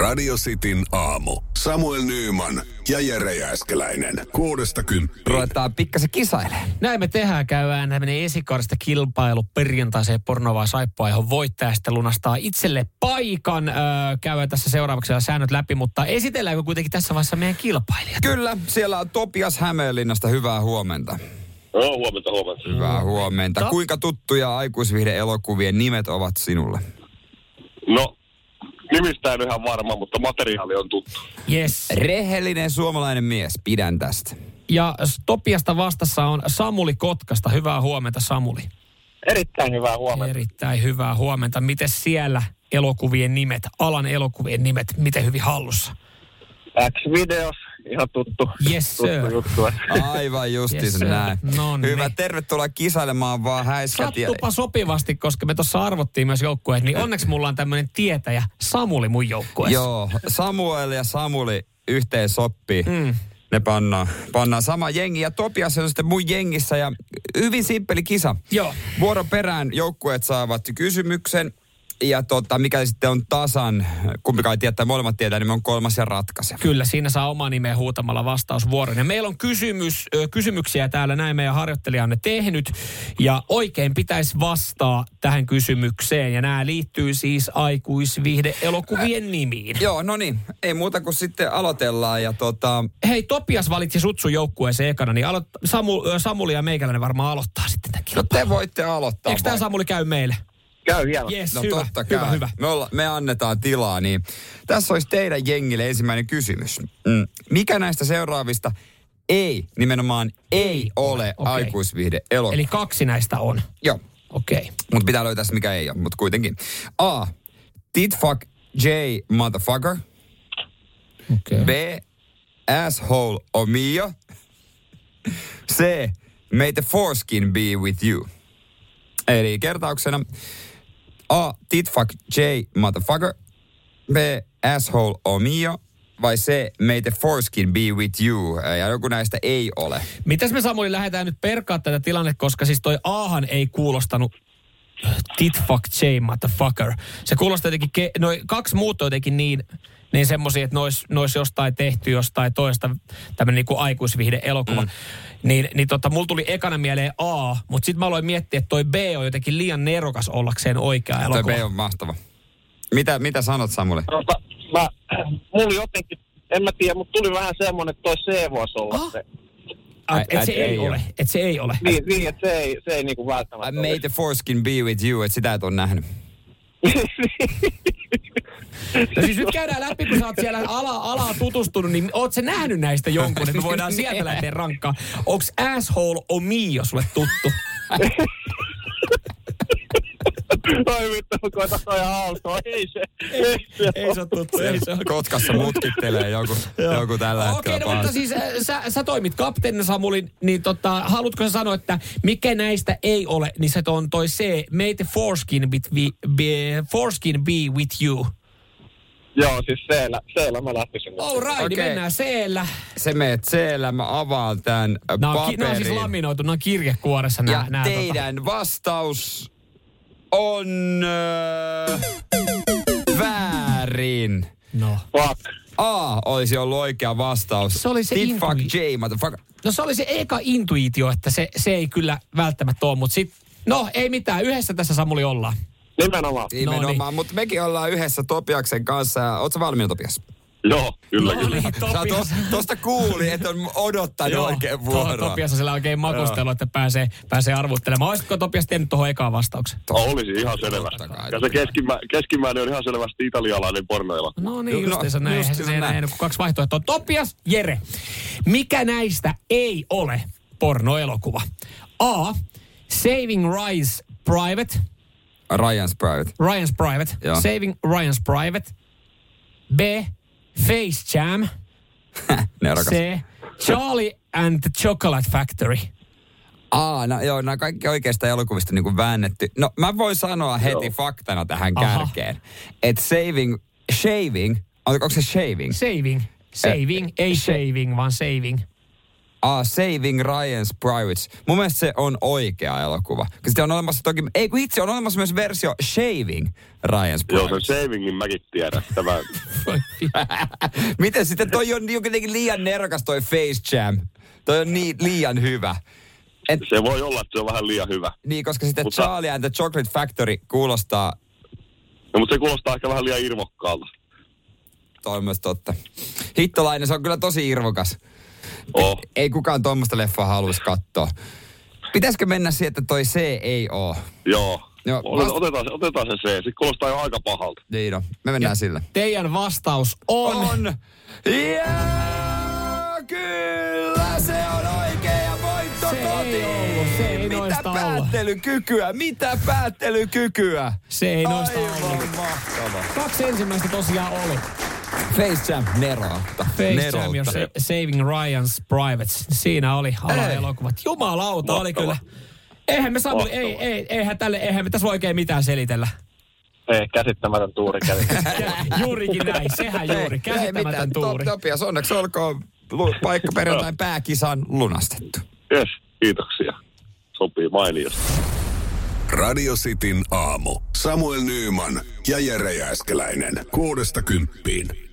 Radio Cityn aamu. Samuel Nyyman ja Jere Jääskeläinen. 6–10. Ruvetaan pikkasen kisailemaan. Näin me tehdään. Käydään tämmöinen esikaudesta kilpailu perjantaiseen Pornovaa saippua, johon voittaja sitten lunastaa itselle paikan. Käydään tässä seuraavaksi säännöt läpi, mutta esitelläänkö kuitenkin tässä vaiheessa meidän kilpailijat? Kyllä, siellä on Topias Hämeenlinnasta. Hyvää huomenta. No, huomenta. Hyvää huomenta. Kuinka tuttuja aikuisviihde-elokuvien nimet ovat sinulle? No, nimistä en ihan varma, mutta materiaali on tuttu. Yes. Rehellinen suomalainen mies. Pidän tästä. Ja Topiasta vastassa on Samuli Kotkasta. Hyvää huomenta, Samuli. Erittäin hyvää huomenta. Erittäin hyvää huomenta. Miten siellä elokuvien nimet, alan elokuvien nimet, miten hyvin hallussa? X-Videos, ihan tuttu. Yes, sir. Tuttu juttu. Aivan justiinsa Yes, näin. no niin. Hyvä, tervetuloa kisailemaan vaan häiskät. Sattupa sopivasti, koska me tuossa arvottiin myös joukkueet, niin onneksi mulla on tämmöinen tietäjä Samuli mun joukkueessa. Joo, Samuel ja Samuli yhteen soppii. Ne pannaan sama jengi ja Topias on sitten mun jengissä ja hyvin simppeli kisa. Joo. Vuoron perään joukkueet saavat kysymyksen ja mikä sitten on tasan, kumpikaan tietää, molemmat tietää, niin me on kolmas ja ratkaiseva. Kyllä, siinä saa oma nimeä huutamalla vastausvuoron. Ja meillä on kysymyksiä täällä, näin meidän harjoittelija on ne tehnyt. Ja oikein pitäisi vastaa tähän kysymykseen. Ja nämä liittyy siis aikuisviihde-elokuvien nimiin. Joo, no niin. Ei muuta kuin sitten aloitellaan ja Hei, Topias valitsi sut sun joukkueeseen ekana, niin Samuli ja meikäläinen varmaan aloittaa sitten tämän no kilpailun. te voitte aloittaa. Eikö tämä Samuli käy meille? Käy hieno. Yes, No hyvä, totta kai. hyvä. Me annetaan tilaa, niin tässä olisi teidän jengille ensimmäinen kysymys. Mikä näistä seuraavista nimenomaan ei ole Okei. aikuisviihde-elokuva? Eli 2 näistä on. Joo, Okei. mutta pitää löytää se, mikä ei ole, mutta kuitenkin. A. Tit fuck J motherfucker. Okay. B. Asshole o mio. C. May the foreskin be with you. Eli kertauksena A. Tit fuck J motherfucker. B. Asshole o mio. Vai C. May the foreskin be with you. Ja joku näistä ei ole. Mitäs me Samuli lähdetään nyt perkaa tätä tilannetta, koska siis toi Ahan ei kuulostanut tit fuck J motherfucker. Se kuulostaa jotenkin, noi 2 muut on jotenkin niin semmosia, että nois jostain tehty jostain toista tämmönen niinku aikuisviihde-elokuva. Niin mulla tuli ekana mieleen A, mutta sitten mä aloin miettiä, että toi B on jotenkin liian nerokas ollakseen oikea elokuva. Toi B on mahtava. Mitä sanot, Samuli? Mulla jotenkin, en mä tiedä, mutta tuli vähän semmonen, että toi C voisi olla se. Että se ei ole. Että se ei ole. Niin, että se ei niinku välttämättä May the foreskin be with you, että sitä et on nähnyt. No siis nyt käydään läpi, kun sä oot siellä alaa tutustunut, niin oot sä nähnyt näistä jonkun, että me voidaan sieltä lähteä rankkaan. Onks Asshole o mio sulle tuttu? Oi vittu, koita toi hauskoa. Ei se ole tuttu. Ei se ole. Kotkassa mutkittelee joku tällä hetkellä. Okei, no, mutta siis sä toimit kapteenina, Samuli, niin haluatko sä sanoa, että mikä näistä ei ole, niin se on toi C, may the foreskin be with you. Joo, siis C-llä mä lähtisin. All right, niin mennään C-llä. Se meet C-llä, mä avaan tämän paperin. Nämä on siis laminoitu, nämä on kirjekuoressa. Ja teidän vastaus on väärin. No. Fuck. A olisi ollut oikea vastaus. Se oli se Tit fuck J, motherfucker. No se oli se eka intuitio, että se ei kyllä välttämättä ole, mutta sit, no ei mitään, yhdessä tässä Samuli ollaan. Nimenomaan, niin. Mutta mekin ollaan yhdessä Topiaksen kanssa. Ootko valmiina, Topias? Joo, kyllä. Topias. Tosta kuuli, että on odottanut oikein vuoroa. Topias on siellä oikein makustelu, että pääsee arvuttelemaan. Olisitko Topias tiennyt tuohon ekaan vastauksen? Olisi ihan selvästi. Ja se keskimmäinen on ihan selvästi italialainen pornoelokuva. No niin, justiinsa näin. Näin, kun 2 vaihtoehtoa. Topias, Jere. Mikä näistä ei ole pornoelokuva? A. Saving Ryan's Private. Ryan's Private. Joo. Saving Ryan's Private. B. Face Jam. C. Charlie and the Chocolate Factory. Nämä kaikki oikeasta elokuvista niin kuin väännetty. No, mä voin sanoa heti faktana tähän kärkeen, että shaving, onko se shaving? Saving, ei shaving, vaan saving. Saving Ryan's Privates. Mun mielestä se on oikea elokuva. Sitten on olemassa toki, ei kun itse on olemassa myös versio Shaving Ryan's Privates. Joo, se Savingin mäkin tiedän. Miten sitten toi on jotenkin liian nerokas toi Face Jam. Toi on niin liian hyvä. Se voi olla, että se on vähän liian hyvä. Niin, koska sitten Charlie and the Chocolate Factory kuulostaa... No, mutta se kuulostaa ehkä vähän liian irvokkaalta. Toi on myös totta. Hittolainen, se on kyllä tosi irvokas. Ei kukaan tuommoista leffaa haluaisi katsoa. Pitäisikö mennä siihen, että toi C ei oo? Joo. Otetaan se C. Sitten kuulostaa jo aika pahalta. Niin no, me mennään sillä. Teidän vastaus on... Kyllä se on oikea voitto kotiin. Se ei noista ollut. Mitä päättelykykyä? Se ei noista ollut. Aivan mahtava. 2 ensimmäistä tosiaan oli. Face Jam neroutta. Face Jam ja Saving Ryan's Privates. Siinä oli alaelokuvat. Jumalauta oli kyllä. Eihän me Samuli, eihän me tässä voi oikein mitään selitellä. Ei, käsittämätön tuuri kävi. Juurikin näin, sehän juuri. Käsittämätön tuuri. Topias, onneksi olkoon paikka perjantain pääkisan lunastettu. Yes, kiitoksia. Sopii mainiosti. Radio Cityn aamu. Samuel Nyyman ja Jere Jääskeläinen. 6–10.